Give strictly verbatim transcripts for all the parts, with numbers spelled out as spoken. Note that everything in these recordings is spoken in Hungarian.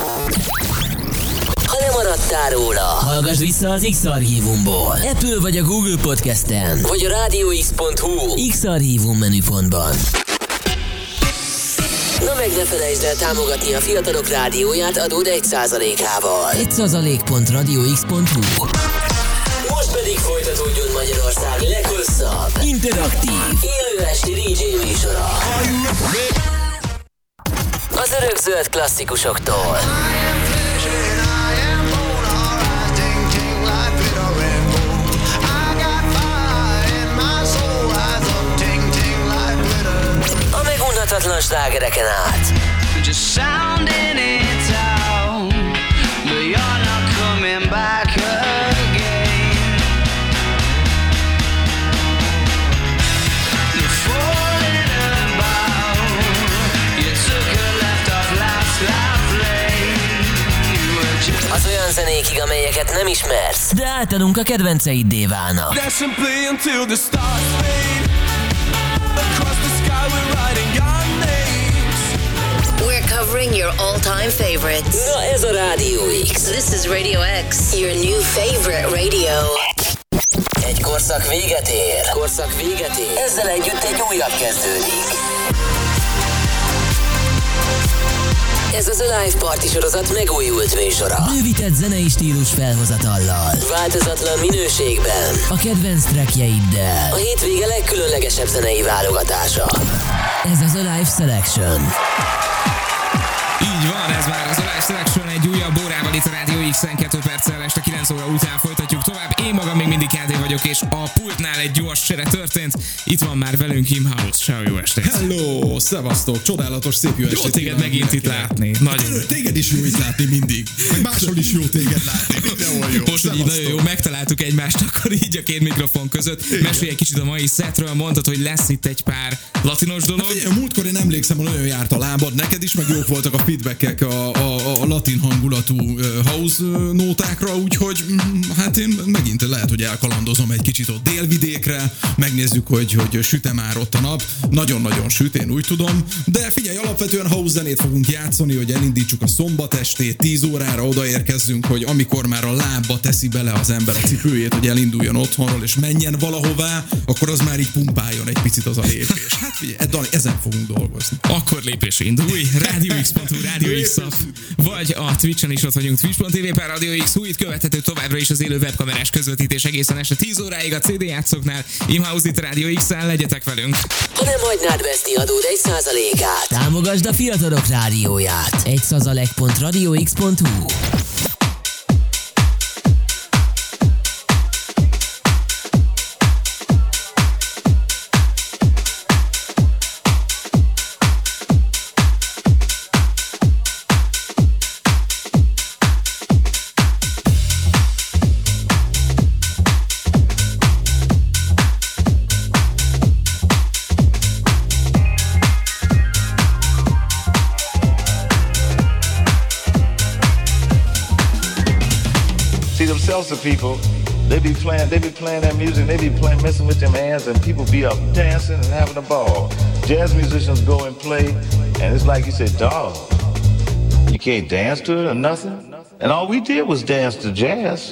Ha lemaradtál róla, hallgass vissza az X-Archívumból. Apple vagy a Google Podcasten, vagy a rádió x pont hu X-Archívum menüpontban. Na meg ne felejtsd el támogatni a Fiatalok Rádióját adód egy százalékával. egy százalék pont rádió x pont hu. Most pedig folytatódjon Magyarország leghosszabb, interaktív, élő esti dé dzsé műsora. Az örökzöld klasszikusoktól. A megunhatatlan slágereken át. Just sounding it out, but you're not coming back again. You're falling about, you took a left off last life lane. Az olyan zenékig, amelyeket nem ismersz, de általunk a kedvenceiddé válnak. Dash and play until the stars fade. Across the sky we're writing your names. We're covering your all-time favorites. Na ez a Rádió X. This is Radio X, your new favorite radio. Egy korszak véget ér. Korszak véget ér. Ezzel együtt egy újabb kezdődik. Ez az Alive Party sorozat megújult műsora. Bővített zenei stílus felhozatallal. Változatlan minőségben. A kedvenc trackjeiddel. A hétvége legkülönlegesebb zenei válogatása. Ez az Alive Selection. Így van, ez már az Alive Selection egy újabb órával itt a Rádió X-en, kettő perccel este kilenc óra után folytatjuk tovább. Én magam még mindig Kádé vagyok, és a pultnál egy gyors csere történt. Itt van már velünk In-House. Ciao, jó estét! Hello, szevasztok, csodálatos, szép jó estét! Jó téged megint itt látni. Nagyon. Téged is jó itt látni mindig. Meg máshol is jó téged látni. Mindenhol jó. Most, hogy így nagyon jó, megtaláltuk egymást, akkor így a két mikrofon között. Mesélj egy kicsit a mai setről, mondtad, hogy lesz itt egy pár latinos dolog. Hát, a múltkor én emlékszem, hogy nagyon járt a lábad, neked is, meg jók voltak a feedbackek a, a, a latin hangulatú house nótákra, úgyhogy hát én megint lehet, hogy elkalandozom egy kicsit ott délvidékre, megnézzük, hogy, hogy süt-e már ott a nap. Nagyon-nagyon süt, én úgy tudom, de figyelj, alapvetően house zenét fogunk játszani, hogy elindítsuk a szombat estét, tíz órára odaérkezzünk, hogy amikor már a lábba teszi bele az ember a cipőjét, hogy elinduljon otthonról és menjen valahová, akkor az már így pumpáljon egy picit az a lépés. Hát figyelj, Dani, ezen fogunk dolgozni. Akkor lépés indulj, rádió x pont hu, Rádió X app, vagy a Twitch-en is ott vagyunk, twitch pont tv per Rádió X, itt követhető továbbra is az élő webkamerás közvetítés egészen este tíz óráig a cé dé játszóknál. In-House itt a Rádió X-en, legyetek velünk! Ha nem hagynád veszni adód egy százalékát, támogasd a Fiatalok Rádióját. egy százalék pont rádió x pont hu. Salsa people, they be playing, they be playing that music, they be playing, messing with them hands, and people be up dancing and having a ball. Jazz musicians go and play, and it's like you said, dog, you can't dance to it or nothing. And all we did was dance to jazz.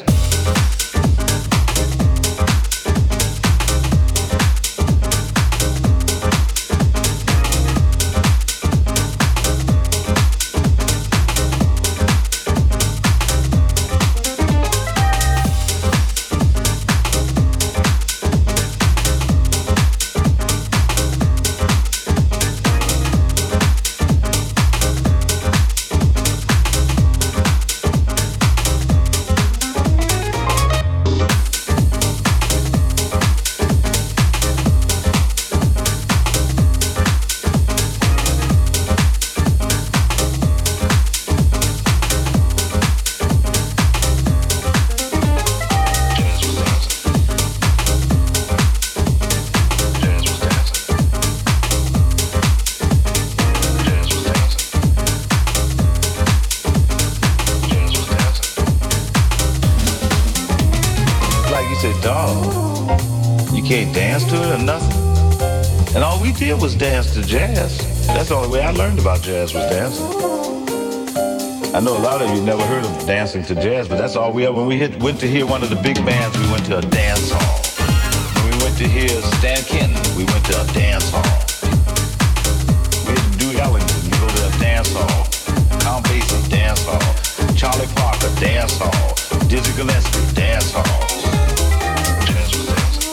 Can't dance to it or nothing. And all we did was dance to jazz. That's the only way I learned about jazz was dancing. I know a lot of you never heard of dancing to jazz, but that's all we ever. When we hit, went to hear one of the big bands, we went to a dance hall. When we went to hear Stan Kenton, we went to a dance hall. We had to do Ellington, we go to a dance hall. Count Basie, dance hall. Charlie Parker, dance hall. Dizzy Gillespie, dance hall. Jazz was dancing.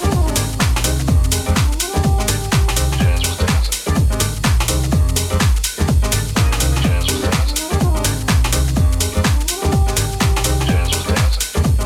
Jazz was dancing. Jazz was dancing. Jazz was dancing.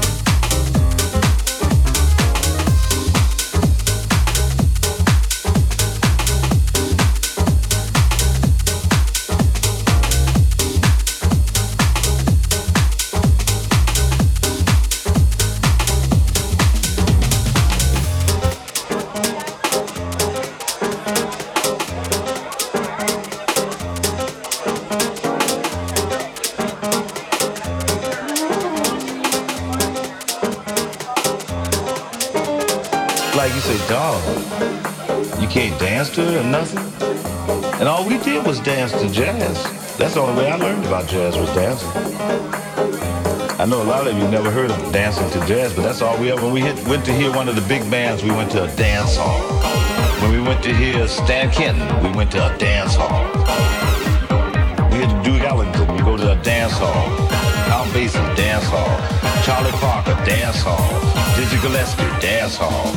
Like you say, dog, you can't dance to it or nothing. And all we did was dance to jazz. That's the only way I learned about jazz was dancing. I know a lot of you never heard of dancing to jazz, but that's all we ever. When we hit, went to hear one of the big bands, we went to a dance hall. When we went to hear Stan Kenton, we went to a dance hall. We had to do Ellington, we go to a dance hall. Count Basie, dance hall. Charlie Parker, dance hall. Dizzy Gillespie, dance hall.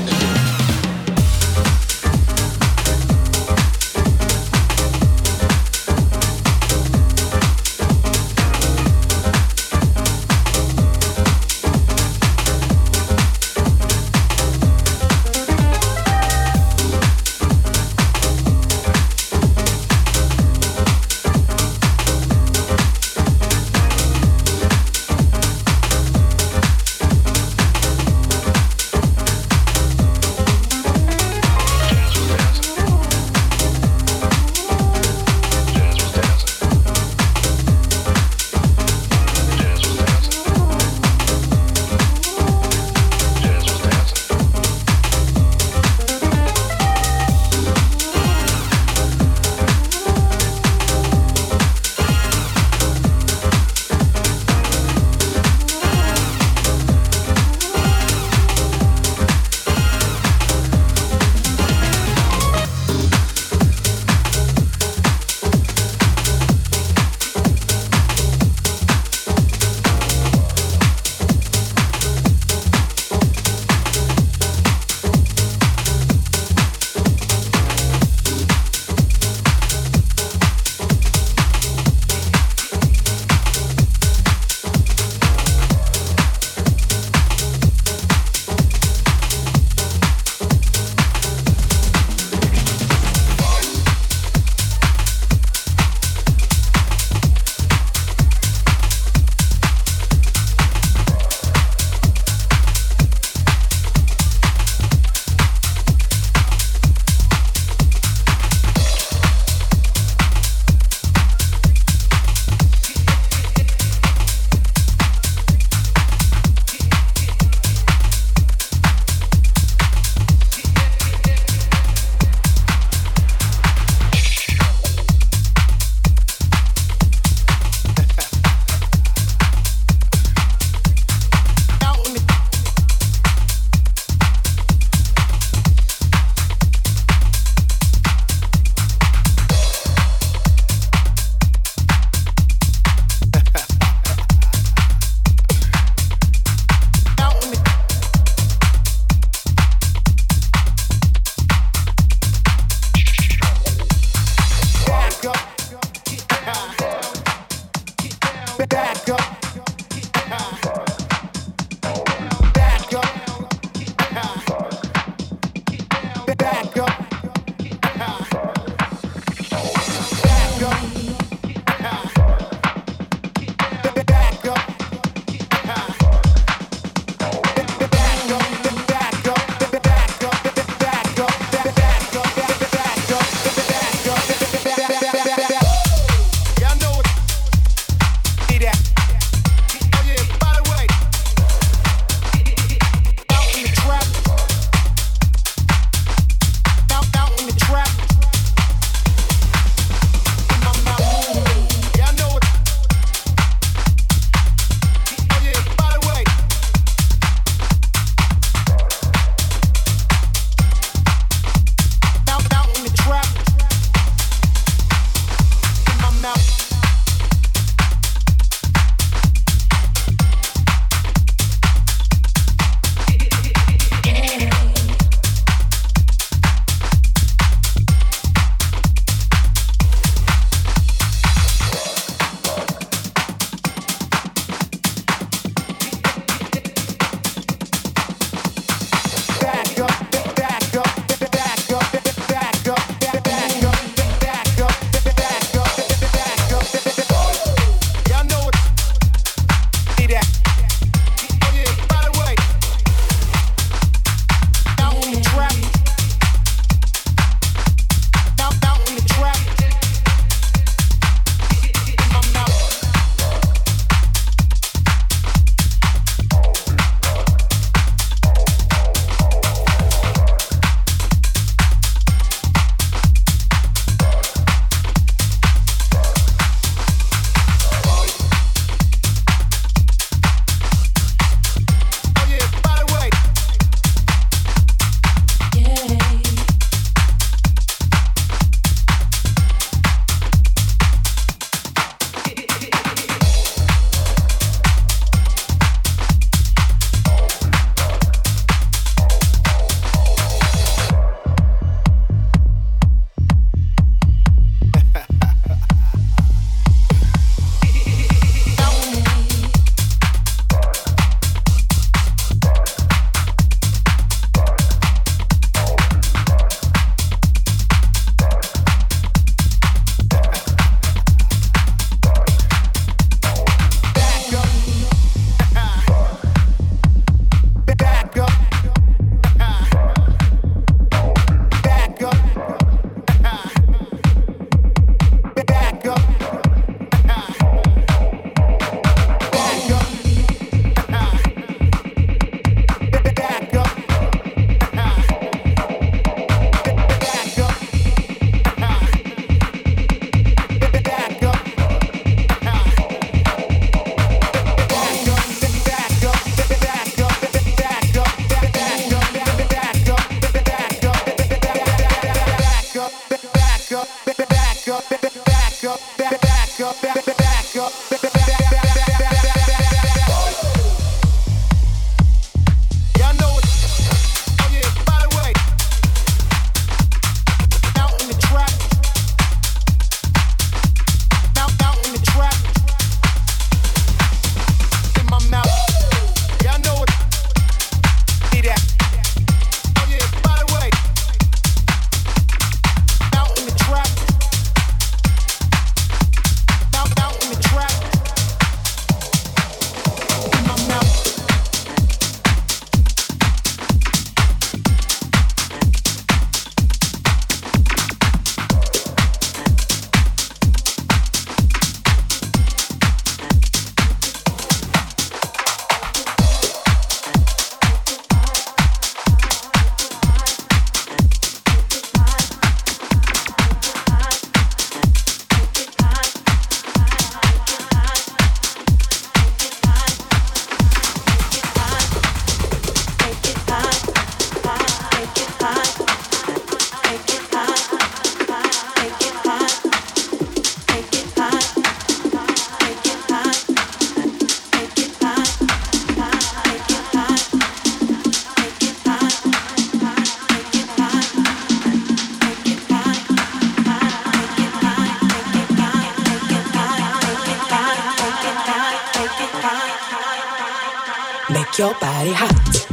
Make your body hot.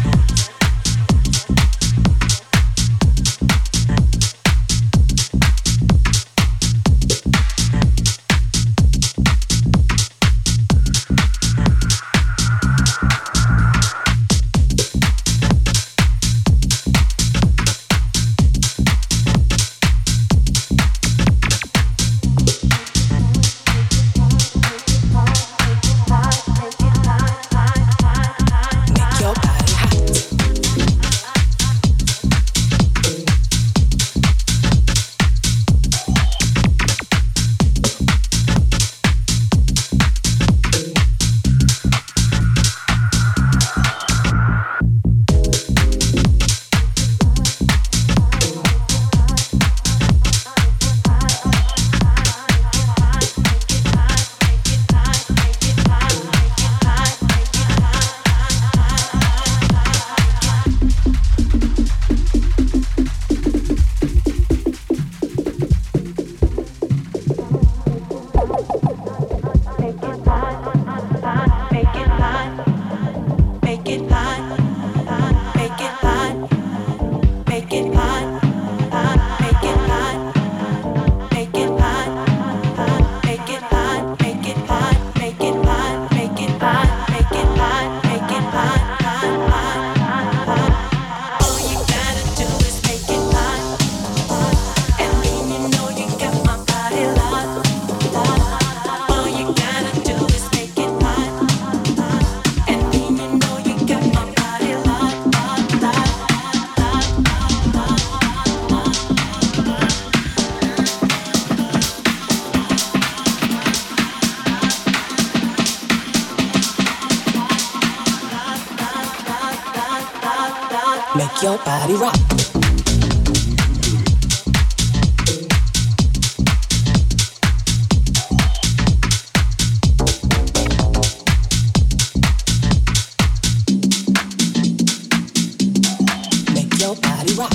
Make your body rock. Make your body rock.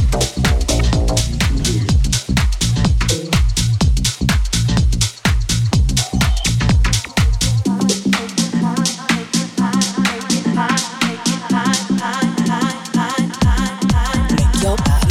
Your body.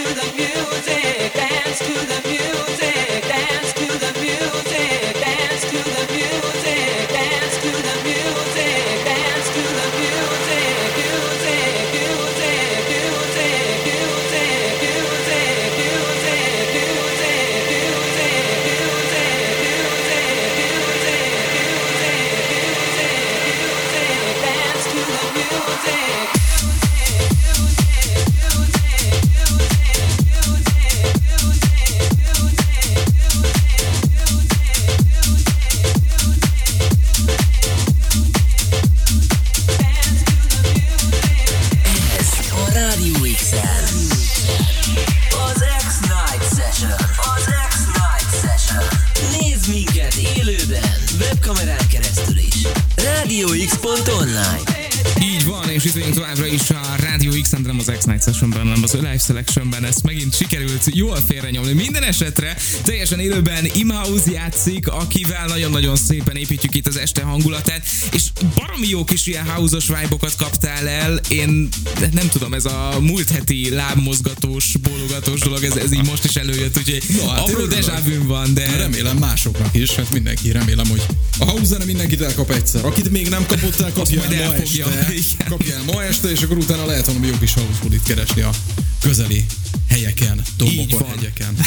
Sessionben, nem az Live Selectionben, ezt megint sikerült jól félrenyomni. Minden esetre teljesen élőben Imhouse játszik, akivel nagyon-nagyon szépen építjük itt az este hangulatát, és baromi jó kis ilyen house-os vibe-okat kaptál el. Én nem tudom, ez a múlt heti lábmozgatós, bólogatós dolog, ez, ez így most is előjött, úgyhogy no, hát apró déjà vu van, de... Remélem másoknak is, hát mindenki, remélem, hogy a house zene mindenkit elkap egyszer. Akit még nem kapott el, kapja el ma este. Kapja el ma este, és akkor utána lehet valami jó kis house bulit keresni a közeli helyeken, dombokon, hegyeken.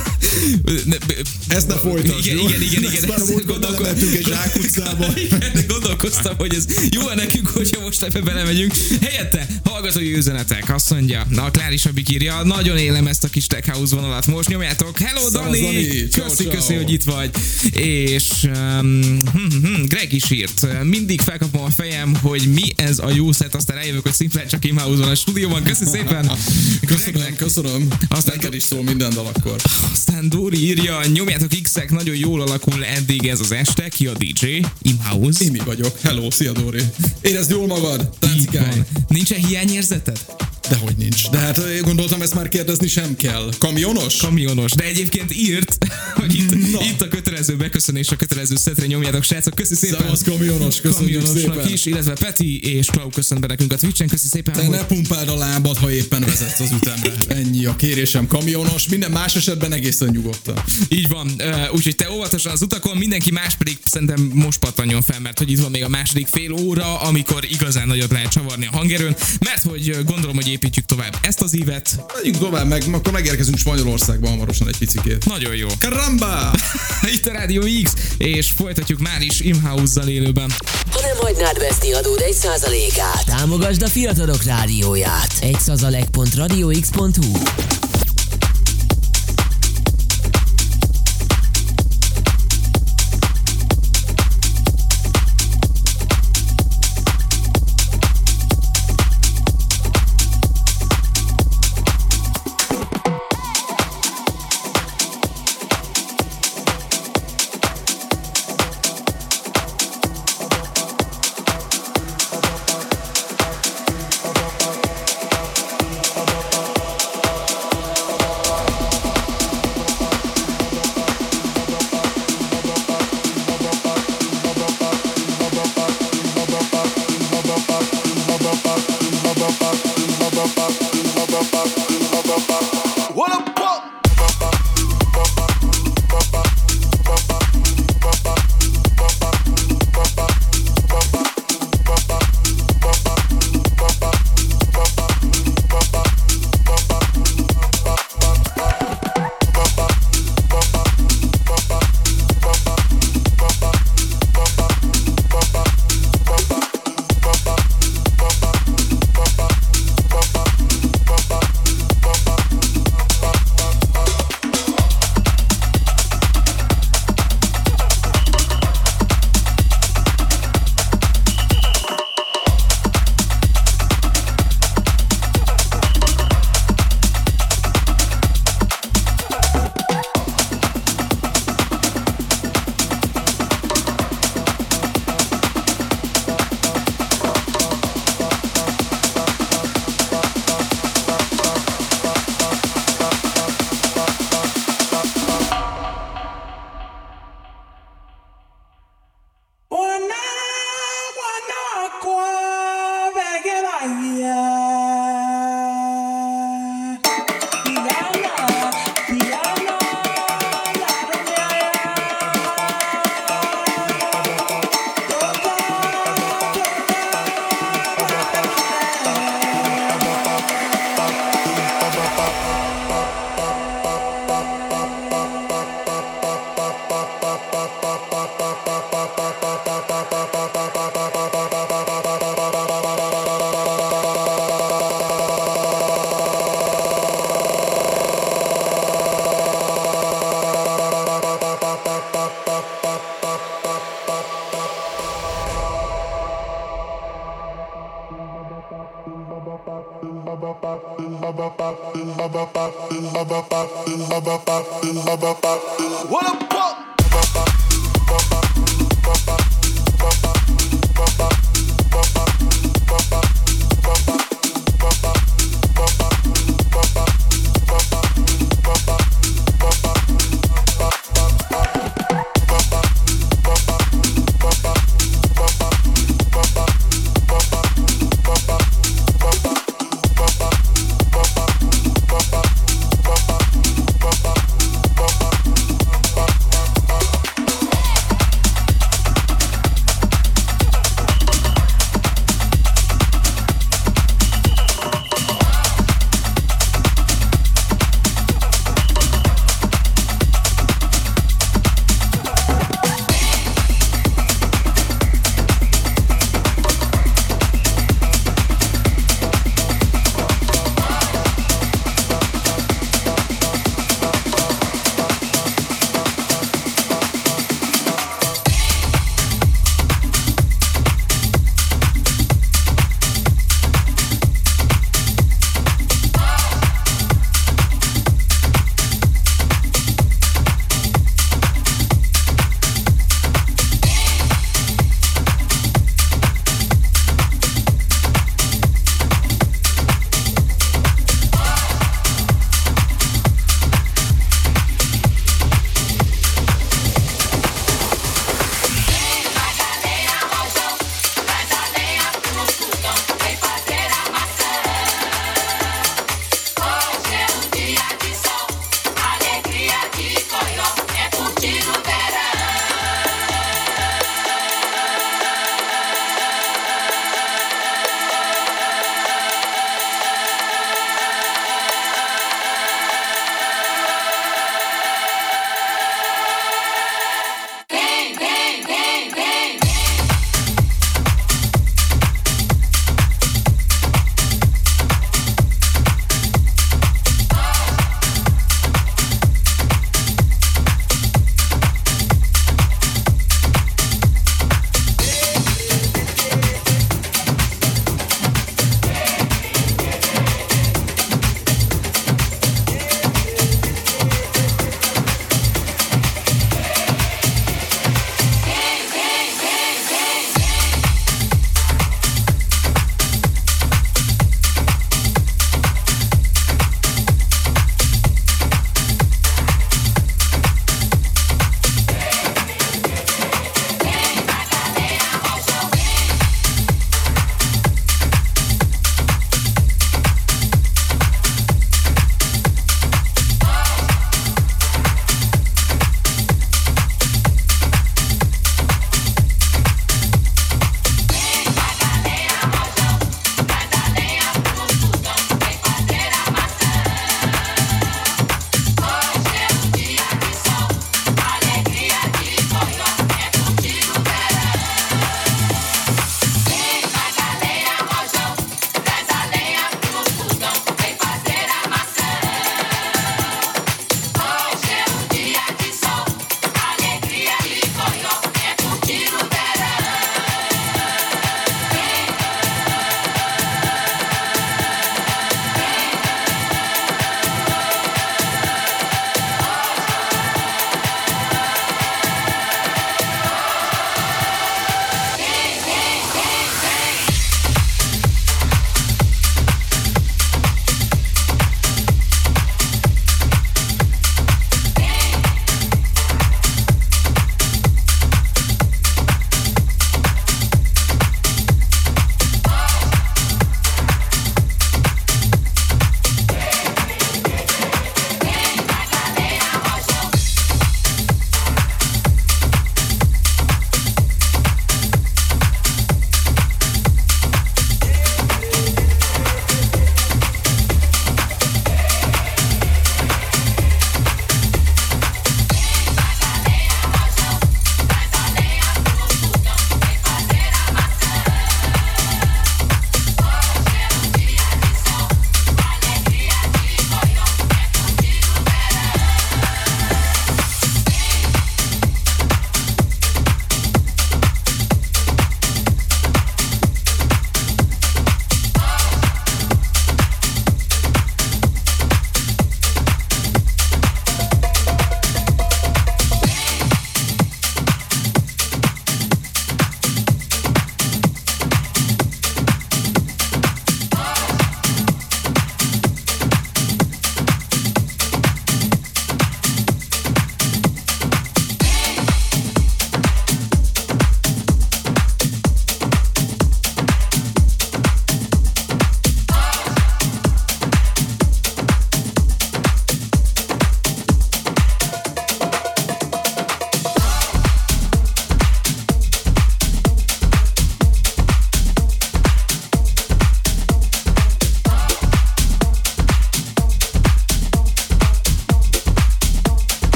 Ezt ne folytasd, igen, igen, igen, igen, ezt már gondolkodtam egy zsákutcába. Gondolkoztam, hogy ez jó nekünk, hogyha most ebbe belemegyünk. Helyette hallgatói üzenetek, azt mondja, na a Klári Sabik írja, nagyon élem ezt a kis tech house vonalat, most nyomjátok. Hello Dani, Dani. Köszi, ciao, köszi, ciao. Hogy itt vagy. És um, hm, hm, Greg is írt, mindig felkapom a fejem, hogy mi ez a jó szett, aztán eljövök, hogy szimplán csak Imhouse van a stúdióban. Köszi szépen. Köszönöm, köszönöm. Aztán neked is szól minden dal akkor. Aztán Dóri írja, nyomjátok X-ek, nagyon jól alakul eddig ez az este. Ki a dé dzsé? Imhouse. Imi vagyok. Hello, szia Dóri. Érezd jól magad, táncikálj. Nincsen hiányérzeted? Dehogy nincs. De hát gondoltam, ezt már kérdezni sem kell. Kamionos? Kamionos. De egyébként írt, hogy itt, itt a kötelező beköszönés, a kötelező szetre nyomjátok, srácok. Köszi szépen. Szevasz, kamionos. Köszönjük szépen. Is, illetve Peti és Klau köszön be nekünk a Twitchen. Köszi szépen. Te hogy... ne pumpáld a lábad, ha éppen vezetsz az ütemre. Ennyi a kérésem, kamionos. Minden más esetben egészen nyugodtan. Így van. Úgyhogy te óvatosan az utakon, mindenki más pedig szerintem most pattanjon fel, mert hogy itt van még a második fél óra, amikor igazán nagyot lehet csavarni a hangerőn, mert hogy gondolom, hogy építjük tovább ezt az ívet. Megyünk tovább, meg akkor megérkezünk Spanyolországba hamarosan egy picikét. Nagyon jó. Karamba! Itt a Rádió X, és folytatjuk már is Imhouse-zal élőben. Ha nem hagynád veszni adód egy százalékát, támogasd a Fiatalok Rádióját. egy százalék pont radiox pont hu.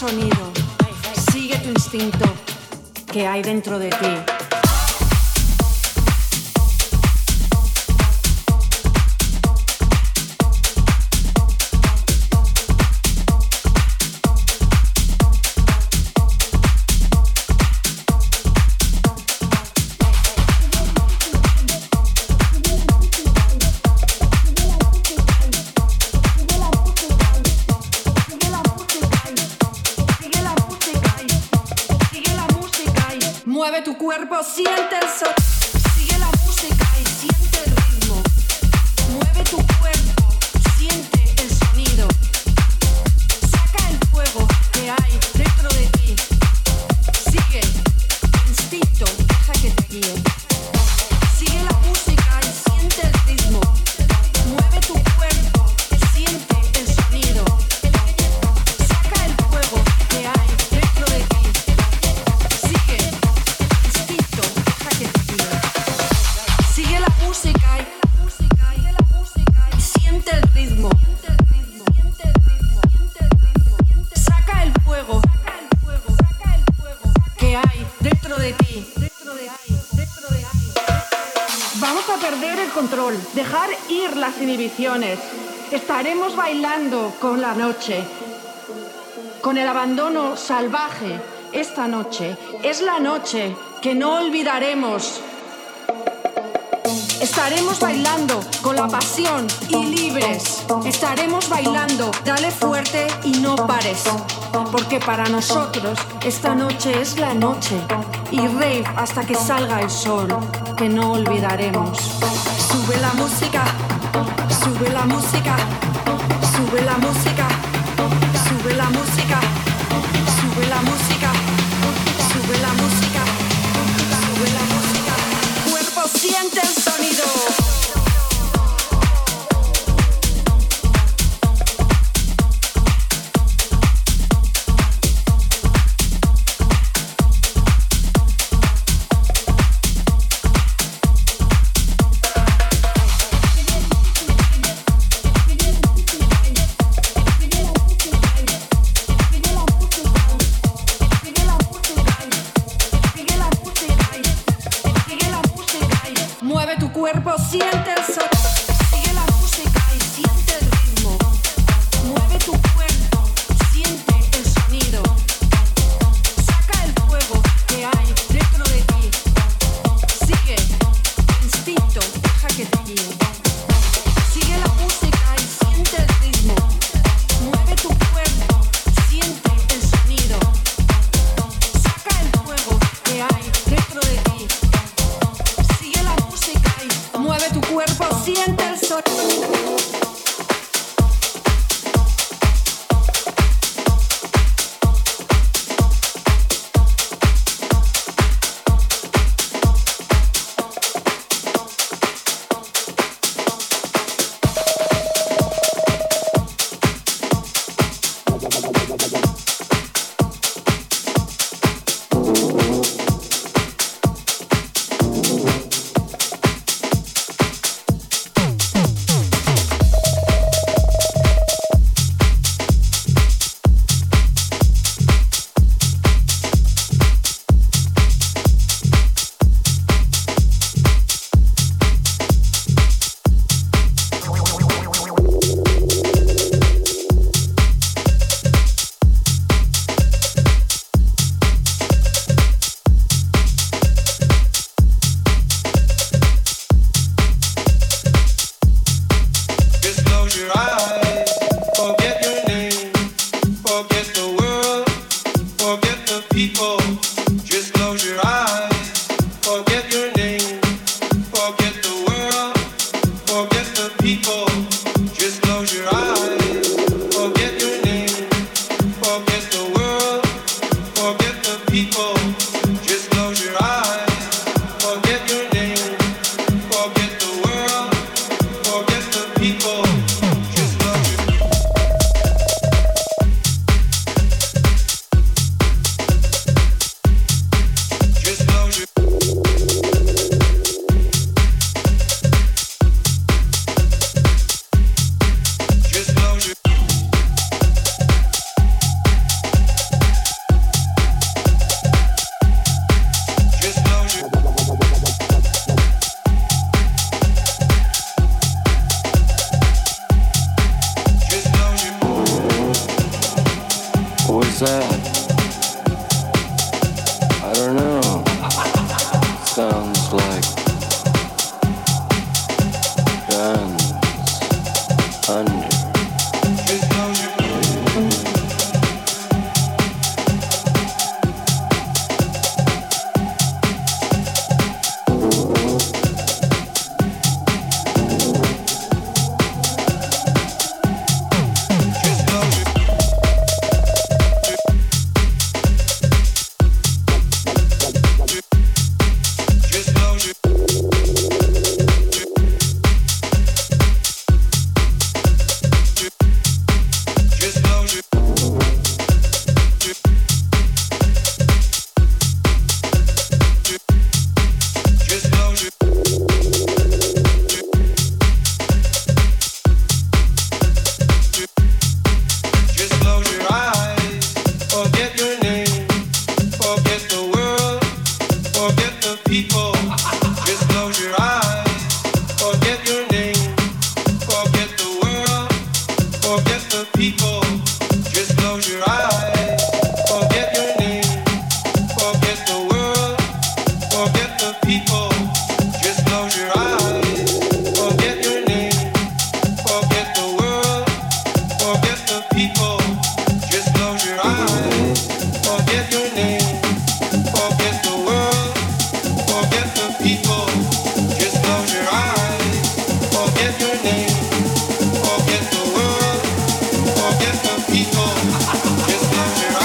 sonido. Sigue tu instinto que hay dentro de ti. Mueve tu cuerpo, siente el sol. Sigue la música y siente el ritmo. Mueve tu cuerpo, siente el sonido. Saca el fuego que hay dentro de ti. Sigue tu instinto, deja que te guíe. Sigue la música y siente el ritmo. Mueve tu cuerpo, siente el sonido. Saca el fuego que hay dentro de ti. Sigue Sigue la música y siente el ritmo. Saca el fuego que hay dentro de ti. Vamos a perder el control, dejar ir las inhibiciones. Estaremos bailando con la noche, con el abandono salvaje. Esta noche es la noche que no olvidaremos. Estaremos bailando con la pasión y libres. Estaremos bailando, dale fuerte y no pares. Porque para nosotros esta noche es la noche. Y rave hasta que salga el sol, que no olvidaremos. Sube la música, sube la música, sube la música, sube la música, sube la música, sube la música, sube la música. Cuerpo, siente el sonido. that? I don't know. Sounds like guns under. Forget the people, just close your eyes.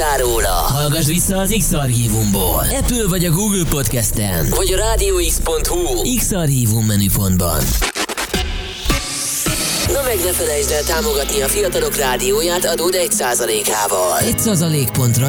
hallottál róla, hallgass vissza az X-Archívumból. Apple vagy a Google Podcasten, vagy a rádióx pont hu X-Archívum menüpontban. Na meg ne felejtsd el támogatni a Fiatalok Rádióját adód egy százalékával. egy százalék pont